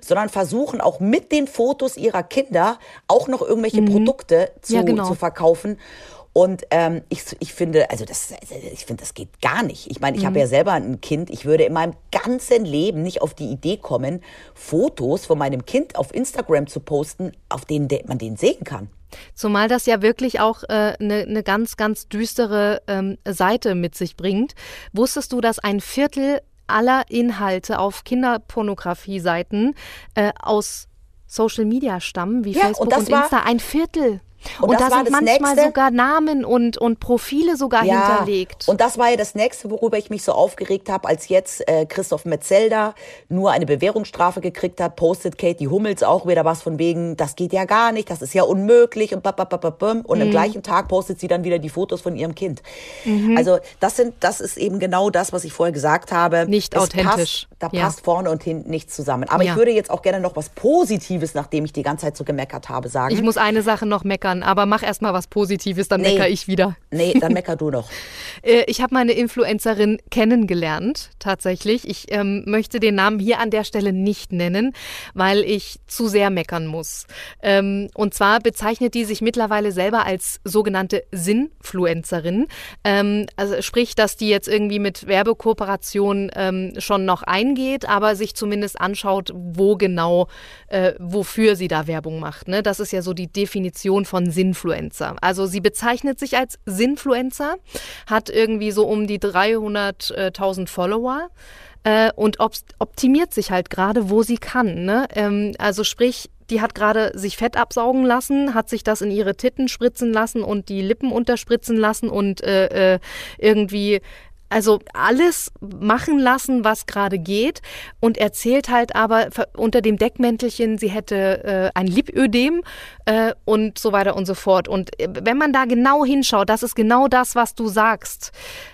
sondern versuchen auch mit den Fotos ihrer Kinder auch noch irgendwelche mhm. Produkte zu, ja, genau. zu verkaufen. Und ähm, ich, ich finde, also das, ich finde, das geht gar nicht. Ich meine, ich mhm. habe ja selber ein Kind. Ich würde in meinem ganzen Leben nicht auf die Idee kommen, Fotos von meinem Kind auf Instagram zu posten, auf denen man den sehen kann. Zumal das ja wirklich auch eine äh, ne, ne ganz, ganz düstere ähm, Seite mit sich bringt. Wusstest du, dass ein Viertel aller Inhalte auf Kinderpornografie-Seiten äh, aus Social Media stammen, wie ja, Facebook und, und Insta? Ein Viertel. Und, und da sind manchmal nächste, sogar Namen und, und Profile sogar ja, hinterlegt. Und das war ja das Nächste, worüber ich mich so aufgeregt habe, als jetzt äh, Christoph Metzelder nur eine Bewährungsstrafe gekriegt hat, postet Katie Hummels auch wieder was von wegen, das geht ja gar nicht, das ist ja unmöglich und bababababum. Und mhm. am gleichen Tag postet sie dann wieder die Fotos von ihrem Kind. Mhm. Also das sind, das ist eben genau das, was ich vorher gesagt habe. Nicht es authentisch. Passt, da ja. passt vorne und hinten nichts zusammen. Aber ja. ich würde jetzt auch gerne noch was Positives, nachdem ich die ganze Zeit so gemeckert habe, sagen. Ich muss eine Sache noch meckern. Aber mach erst mal was Positives, dann nee. meckere ich wieder. Nee, dann mecker du noch. Ich habe meine Influencerin kennengelernt, tatsächlich. Ich ähm, möchte den Namen hier an der Stelle nicht nennen, weil ich zu sehr meckern muss. Ähm, und zwar bezeichnet die sich mittlerweile selber als sogenannte Sinfluencerin. Ähm, also sprich, dass die jetzt irgendwie mit Werbekooperation ähm, schon noch eingeht, aber sich zumindest anschaut, wo genau, äh, wofür sie da Werbung macht. Ne? Das ist ja so die Definition von Sinfluencer. Also sie bezeichnet sich als Sinfluencer, hat irgendwie so um die dreihunderttausend Follower äh, und op- optimiert sich halt gerade, wo sie kann. Ne? Ähm, also sprich, die hat gerade sich Fett absaugen lassen, hat sich das in ihre Titten spritzen lassen und die Lippen unterspritzen lassen und äh, äh, irgendwie... Also alles machen lassen, was gerade geht und erzählt halt aber unter dem Deckmäntelchen, sie hätte äh, ein Lipödem äh, und so weiter und so fort. Und wenn man da genau hinschaut, das ist genau das, was du sagst.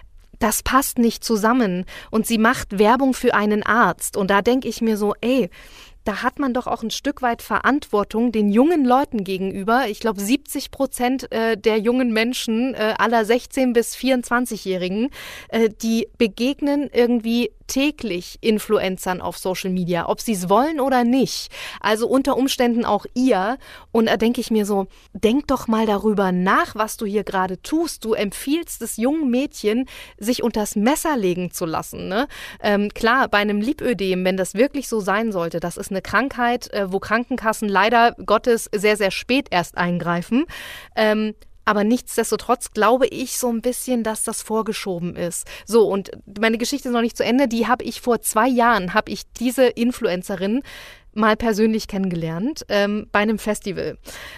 Das passt nicht zusammen. Und sie macht Werbung für einen Arzt. Und da denke ich mir so, ey, da hat man doch auch ein Stück weit Verantwortung den jungen Leuten gegenüber. Ich glaube, siebzig Prozent äh, der jungen Menschen, äh, aller sechzehn- bis vierundzwanzigjährigen, äh, die begegnen irgendwie täglich Influencern auf Social Media, ob sie es wollen oder nicht. Also unter Umständen auch ihr. Und da denke ich mir so, denk doch mal darüber nach, was du hier gerade tust. Du empfiehlst es jungen Mädchen, sich unters Messer legen zu lassen. Ne? Ähm, klar, bei einem Lipödem, wenn das wirklich so sein sollte, das ist eine Krankheit, äh, wo Krankenkassen leider Gottes sehr, sehr spät erst eingreifen. Ähm, Aber nichtsdestotrotz glaube ich so ein bisschen, dass das vorgeschoben ist. So, und meine Geschichte ist noch nicht zu Ende. Die habe ich vor zwei Jahren, habe ich diese Influencerin mal persönlich kennengelernt ähm, bei einem Festival.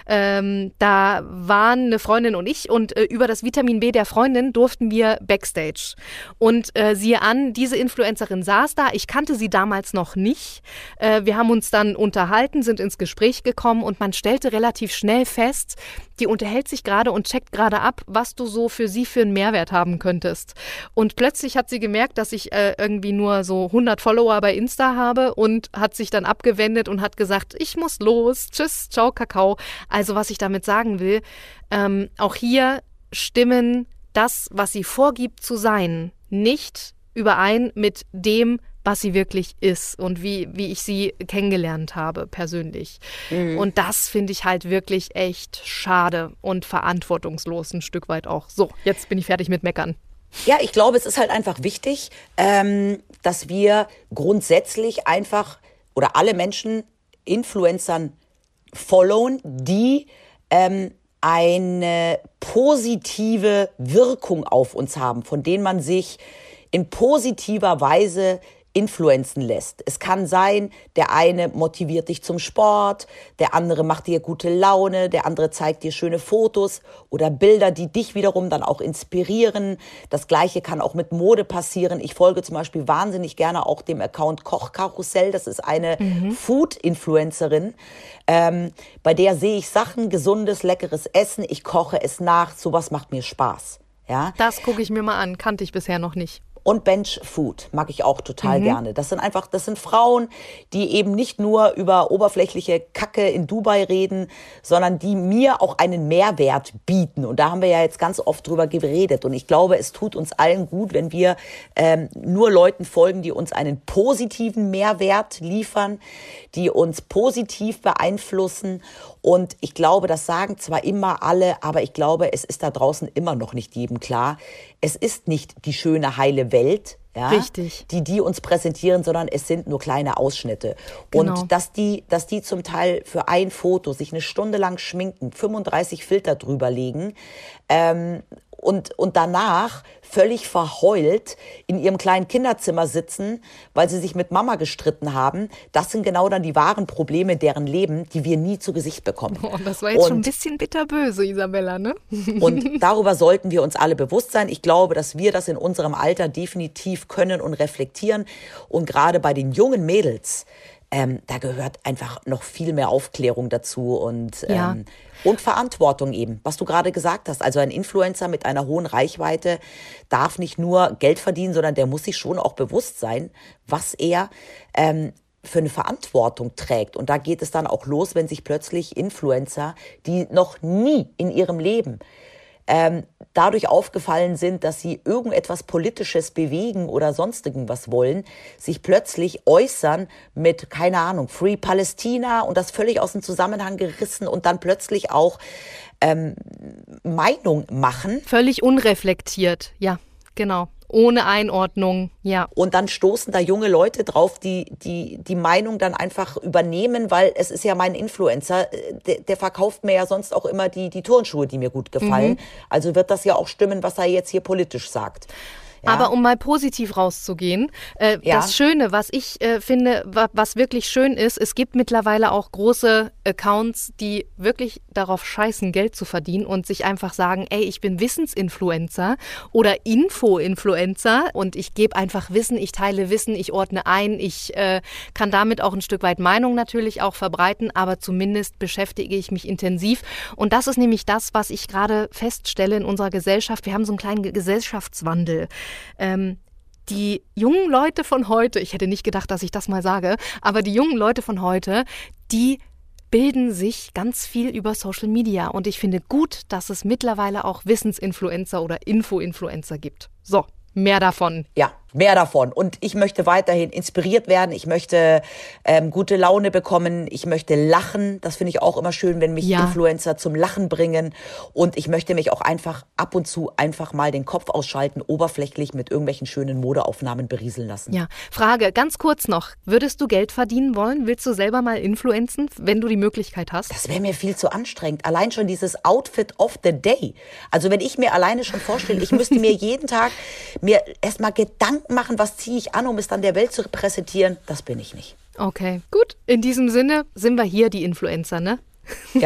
Ähm, da waren eine Freundin und ich und äh, über das Vitamin B der Freundin durften wir Backstage. Und äh, siehe an, diese Influencerin saß da. Ich kannte sie damals noch nicht. Äh, wir haben uns dann unterhalten, sind ins Gespräch gekommen und man stellte relativ schnell fest, die unterhält sich gerade und checkt gerade ab, was du so für sie für einen Mehrwert haben könntest. Und plötzlich hat sie gemerkt, dass ich äh, irgendwie nur so hundert Follower bei Insta habe und hat sich dann abgewendet und hat gesagt, ich muss los, tschüss, ciao, Kakao. Also was ich damit sagen will, ähm, auch hier stimmen das, was sie vorgibt zu sein, nicht überein mit dem, was sie wirklich ist und wie, wie ich sie kennengelernt habe persönlich. Mhm. Und das finde ich halt wirklich echt schade und verantwortungslos ein Stück weit auch. So, jetzt bin ich fertig mit Meckern. Ja, ich glaube, es ist halt einfach wichtig, ähm, dass wir grundsätzlich einfach oder alle Menschen Influencern followen, die ähm, eine positive Wirkung auf uns haben, von denen man sich in positiver Weise influenzen lässt. Es kann sein, der eine motiviert dich zum Sport, der andere macht dir gute Laune, der andere zeigt dir schöne Fotos oder Bilder, die dich wiederum dann auch inspirieren. Das Gleiche kann auch mit Mode passieren. Ich folge zum Beispiel wahnsinnig gerne auch dem Account Kochkarussell. Das ist eine mhm. Food-Influencerin, ähm, bei der sehe ich Sachen, gesundes, leckeres Essen. Ich koche es nach. Sowas macht mir Spaß. Ja? Das gucke ich mir mal an. Kannte ich bisher noch nicht. Und Bench Food mag ich auch total mhm. gerne. Das sind einfach, das sind Frauen, die eben nicht nur über oberflächliche Kacke in Dubai reden, sondern die mir auch einen Mehrwert bieten. Und da haben wir ja jetzt ganz oft drüber geredet. Und ich glaube, es tut uns allen gut, wenn wir ähm, nur Leuten folgen, die uns einen positiven Mehrwert liefern, die uns positiv beeinflussen. Und ich glaube, das sagen zwar immer alle, aber ich glaube, es ist da draußen immer noch nicht jedem klar. Es ist nicht die schöne, heile Welt, ja, Richtig. die die uns präsentieren, sondern es sind nur kleine Ausschnitte. Genau. Und dass die, dass die zum Teil für ein Foto sich eine Stunde lang schminken, fünfunddreißig Filter drüber legen, ähm, und, und danach völlig verheult in ihrem kleinen Kinderzimmer sitzen, weil sie sich mit Mama gestritten haben. Das sind genau dann die wahren Probleme deren Leben, die wir nie zu Gesicht bekommen. Oh, das war jetzt und, schon ein bisschen bitterböse, Isabella, ne? Und darüber sollten wir uns alle bewusst sein. Ich glaube, dass wir das in unserem Alter definitiv können und reflektieren. Und gerade bei den jungen Mädels, ähm, da gehört einfach noch viel mehr Aufklärung dazu und ähm, ja. Und Verantwortung eben, was du gerade gesagt hast. Also ein Influencer mit einer hohen Reichweite darf nicht nur Geld verdienen, sondern der muss sich schon auch bewusst sein, was er ähm, für eine Verantwortung trägt. Und da geht es dann auch los, wenn sich plötzlich Influencer, die noch nie in ihrem Leben ähm, dadurch aufgefallen sind, dass sie irgendetwas Politisches bewegen oder sonstigen was wollen, sich plötzlich äußern mit, keine Ahnung, Free Palästina und das völlig aus dem Zusammenhang gerissen und dann plötzlich auch ähm, Meinung machen. Völlig unreflektiert, ja, genau. Ohne Einordnung, ja. Und dann stoßen da junge Leute drauf, die die die Meinung dann einfach übernehmen, weil es ist ja mein Influencer, der, der verkauft mir ja sonst auch immer die, die Turnschuhe, die mir gut gefallen. Mhm. Also wird das ja auch stimmen, was er jetzt hier politisch sagt. Ja. Aber um mal positiv rauszugehen, äh, ja. das Schöne, was ich äh, finde, wa- was wirklich schön ist, es gibt mittlerweile auch große Accounts, die wirklich darauf scheißen, Geld zu verdienen und sich einfach sagen, ey, ich bin Wissensinfluencer oder Info-Influencer und ich gebe einfach Wissen, ich teile Wissen, ich ordne ein, ich äh, kann damit auch ein Stück weit Meinung natürlich auch verbreiten, aber zumindest beschäftige ich mich intensiv. Und das ist nämlich das, was ich gerade feststelle in unserer Gesellschaft. Wir haben so einen kleinen Gesellschaftswandel. Ähm, die jungen Leute von heute, ich hätte nicht gedacht, dass ich das mal sage, aber die jungen Leute von heute, die bilden sich ganz viel über Social Media. Und ich finde gut, dass es mittlerweile auch Wissensinfluencer oder Info-Influencer gibt. So, mehr davon. Ja, mehr davon. Und ich möchte weiterhin inspiriert werden. Ich möchte ähm, gute Laune bekommen. Ich möchte lachen. Das finde ich auch immer schön, wenn mich ja. Influencer zum Lachen bringen. Und ich möchte mich auch einfach ab und zu einfach mal den Kopf ausschalten, oberflächlich mit irgendwelchen schönen Modeaufnahmen berieseln lassen. Ja, Frage, ganz kurz noch. Würdest du Geld verdienen wollen? Willst du selber mal influenzen, wenn du die Möglichkeit hast? Das wäre mir viel zu anstrengend. Allein schon dieses Outfit of the Day. Also wenn ich mir alleine schon vorstelle, ich müsste mir jeden Tag mir erstmal Gedanken machen, was ziehe ich an, um es dann der Welt zu präsentieren, das bin ich nicht. Okay, gut. In diesem Sinne sind wir hier die Influencer, ne? Ja.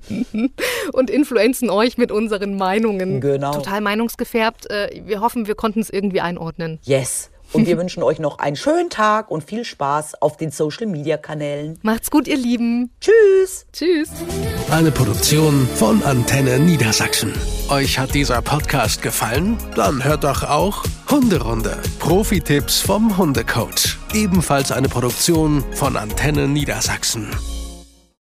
Und influenzen euch mit unseren Meinungen. Genau. Total meinungsgefärbt. Wir hoffen, wir konnten es irgendwie einordnen. Yes. Und wir wünschen euch noch einen schönen Tag und viel Spaß auf den Social-Media-Kanälen. Macht's gut, ihr Lieben. Tschüss. Tschüss. Eine Produktion von Antenne Niedersachsen. Euch hat dieser Podcast gefallen? Dann hört doch auch Hunderunde. Profi-Tipps vom Hundecoach. Ebenfalls eine Produktion von Antenne Niedersachsen.